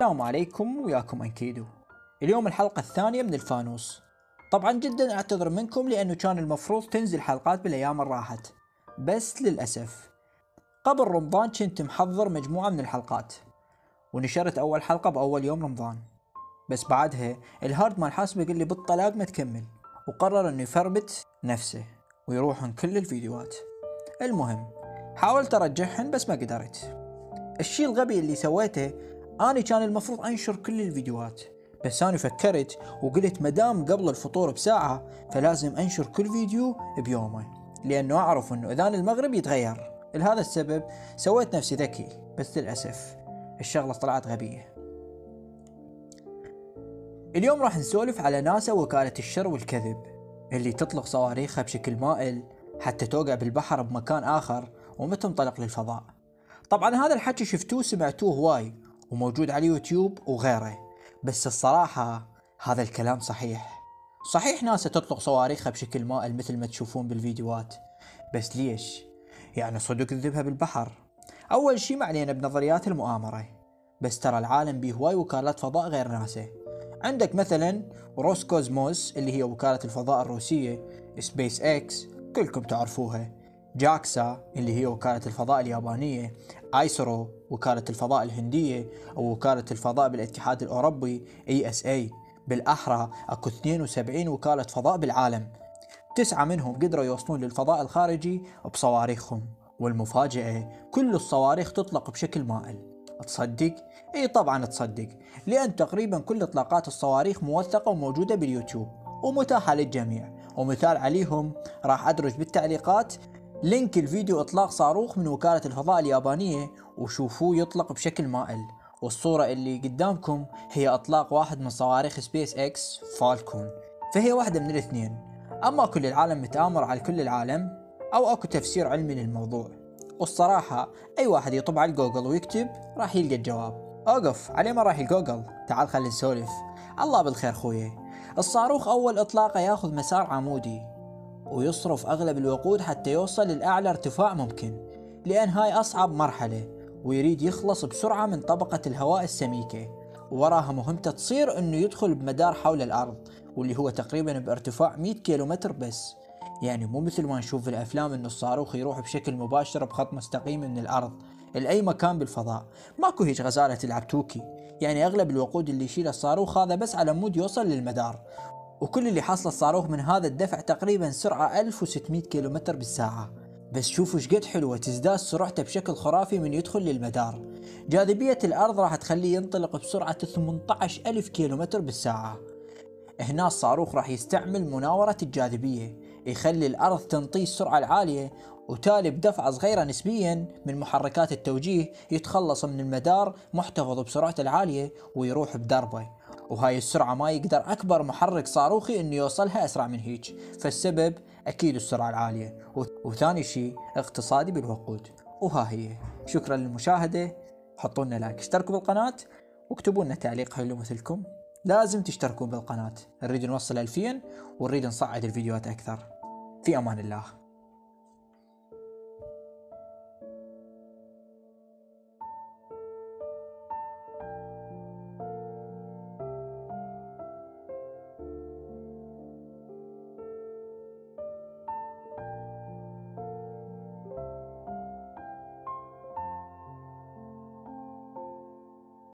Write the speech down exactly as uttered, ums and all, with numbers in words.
السلام عليكم، وياكم انكيدو. اليوم الحلقة الثانية من الفانوس. طبعا جدا اعتذر منكم لانه كان المفروض تنزل حلقات بالايام الراحت، بس للأسف قبل رمضان كنت محضر مجموعة من الحلقات ونشرت اول حلقة باول يوم رمضان، بس بعدها الهارد مال حاسبي قال لي بالطلاق ما تكمل، وقرر انه يفربت نفسه ويروحن كل الفيديوهات. المهم حاولت ارجعهن بس ما قدرت. الشي الغبي اللي سويته، اني كان المفروض انشر كل الفيديوهات، بس اني فكرت وقلت مدام قبل الفطور بساعة فلازم انشر كل فيديو بيومه، لانه اعرف انه اذان المغرب يتغير. لهذا السبب سويت نفسي ذكي، بس للأسف الشغلة طلعت غبية. اليوم راح نسولف على ناسا، وكالة الشر والكذب اللي تطلق صواريخها بشكل مائل حتى توقع بالبحر بمكان آخر وما تنطلق للفضاء. طبعا هذا الحكي شفتوه سمعتوه هواي وموجود على يوتيوب وغيره، بس الصراحة هذا الكلام صحيح. صحيح ناسا تطلق صواريخها بشكل مائل مثل ما تشوفون بالفيديوهات، بس ليش؟ يعني صدق تذبها بالبحر؟ أول شي ما علينا بنظريات المؤامرة، بس ترى العالم بيه هواي وكالات فضاء غير ناسا. عندك مثلا روسكوزموس اللي هي وكالة الفضاء الروسية، سبيس اكس كلكم تعرفوها، جاكسا اللي هي وكالة الفضاء اليابانية، ايسرو وكالة الفضاء الهندية، أو وكالة الفضاء بالاتحاد الأوروبي اي اس اي. بالأحرى اكو اثنين وسبعين وكالة فضاء بالعالم، تسعة منهم قدروا يوصلون للفضاء الخارجي بصواريخهم، والمفاجأة كل الصواريخ تطلق بشكل مائل. تصدق؟ اي طبعا تصدق، لان تقريبا كل اطلاقات الصواريخ موثقة وموجودة باليوتيوب ومتاحة للجميع، ومثال عليهم راح ادرج بالتعليقات لينك الفيديو اطلاق صاروخ من وكالة الفضاء اليابانية وشوفوه يطلق بشكل مائل. والصورة اللي قدامكم هي اطلاق واحد من صواريخ سبيس اكس فالكون، فهي واحدة من الاثنين. اما كل العالم متآمر على كل العالم، او اكو تفسير علمي للموضوع، والصراحة اي واحد يطب على جوجل ويكتب راح يلقى الجواب. اوقف عليه ما راح الجوجل، تعال خلي نسولف. الله بالخير خويا. الصاروخ اول اطلاقه ياخذ مسار عمودي ويصرف اغلب الوقود حتى يوصل لاعلى ارتفاع ممكن، لان هاي اصعب مرحلة، ويريد يخلص بسرعة من طبقة الهواء السميكة، وراها مهمته تصير انه يدخل بمدار حول الارض، واللي هو تقريبا بارتفاع مئة كيلومتر بس. يعني مو مثل ما نشوف في الافلام انه الصاروخ يروح بشكل مباشر بخط مستقيم من الارض لاي مكان بالفضاء. ماكو هيج غزالة تلعب توكي، يعني اغلب الوقود اللي يشيله الصاروخ هذا بس على مود يوصل للمدار، وكل اللي حصل الصاروخ من هذا الدفع تقريبا سرعة ألف وستمئة كيلومتر بالساعة. بس شوفوا شقد حلوة، تزداد سرعته بشكل خرافي من يدخل للمدار. جاذبية الارض راح تخليه ينطلق بسرعة ثمانية عشر ألف كيلومتر بالساعة. هنا الصاروخ راح يستعمل مناورة الجاذبية، يخلي الأرض تنطيه السرعة العالية، وتالي بدفعة صغيرة نسبيا من محركات التوجيه يتخلص من المدار محتفظ بسرعته العالية ويروح بدربه. وهاي السرعة ما يقدر أكبر محرك صاروخي إنه يوصلها أسرع من هيك، فالسبب أكيد السرعة العالية، وثاني شيء اقتصادي بالوقود. وها هي. شكرا للمشاهدة، حطوا لنا لايك، اشتركوا بالقناة، واكتبوا لنا تعليق حلو مثلكم. لازم تشتركون بالقناة، نريد نوصل ألفين ونريد نصعد الفيديوهات أكثر. في أمان الله.